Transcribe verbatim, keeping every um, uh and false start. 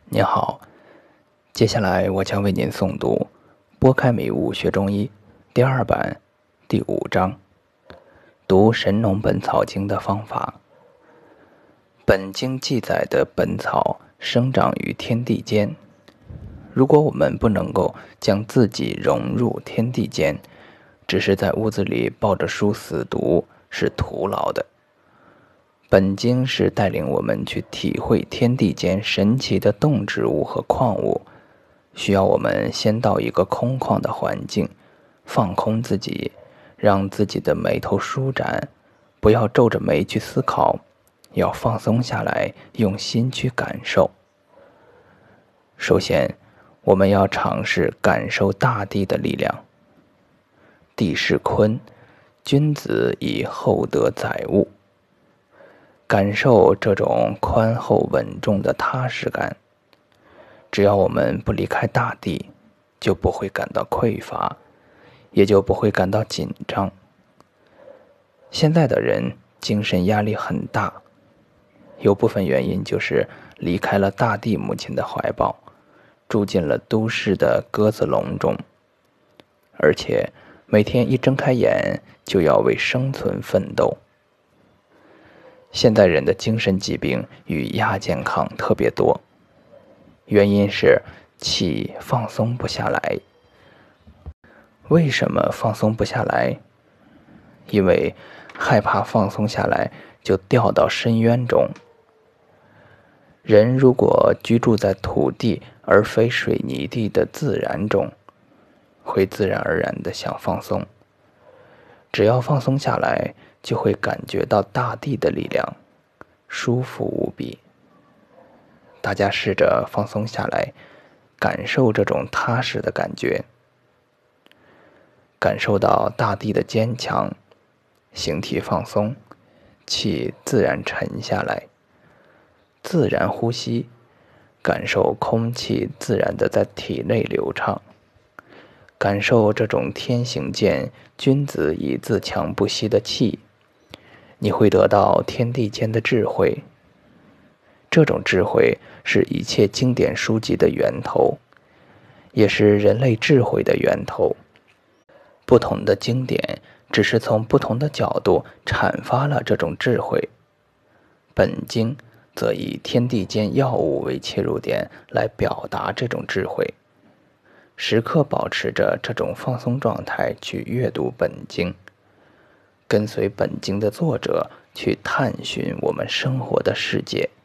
您好，接下来我将为您诵读《拨开迷雾学中医》第二版第五章，读《神农本草经》的方法。本经记载的本草生长于天地间，如果我们不能够将自己融入天地间，只是在屋子里抱着书死读，是徒劳的。本经是带领我们去体会天地间神奇的动植物和矿物，需要我们先到一个空旷的环境，放空自己，让自己的眉头舒展，不要皱着眉去思考，要放松下来，用心去感受。首先，我们要尝试感受大地的力量。地势坤，君子以厚德载物。感受这种宽厚稳重的踏实感。只要我们不离开大地，就不会感到匮乏，也就不会感到紧张。现在的人精神压力很大，有部分原因就是离开了大地母亲的怀抱，住进了都市的鸽子笼中，而且每天一睁开眼就要为生存奋斗。现代人的精神疾病与亚健康特别多，原因是气放松不下来。为什么放松不下来？因为害怕放松下来就掉到深渊中。人如果居住在土地而非水泥地的自然中，会自然而然地想放松。只要放松下来，就会感觉到大地的力量，舒服无比。大家试着放松下来，感受这种踏实的感觉，感受到大地的坚强，形体放松，气自然沉下来，自然呼吸，感受空气自然的在体内流畅，感受这种天行健，君子以自强不息的气，你会得到天地间的智慧。这种智慧是一切经典书籍的源头，也是人类智慧的源头。不同的经典只是从不同的角度阐发了这种智慧。本经则以天地间药物为切入点来表达这种智慧。时刻保持着这种放松状态去阅读本经，跟随本经的作者去探寻我们生活的世界。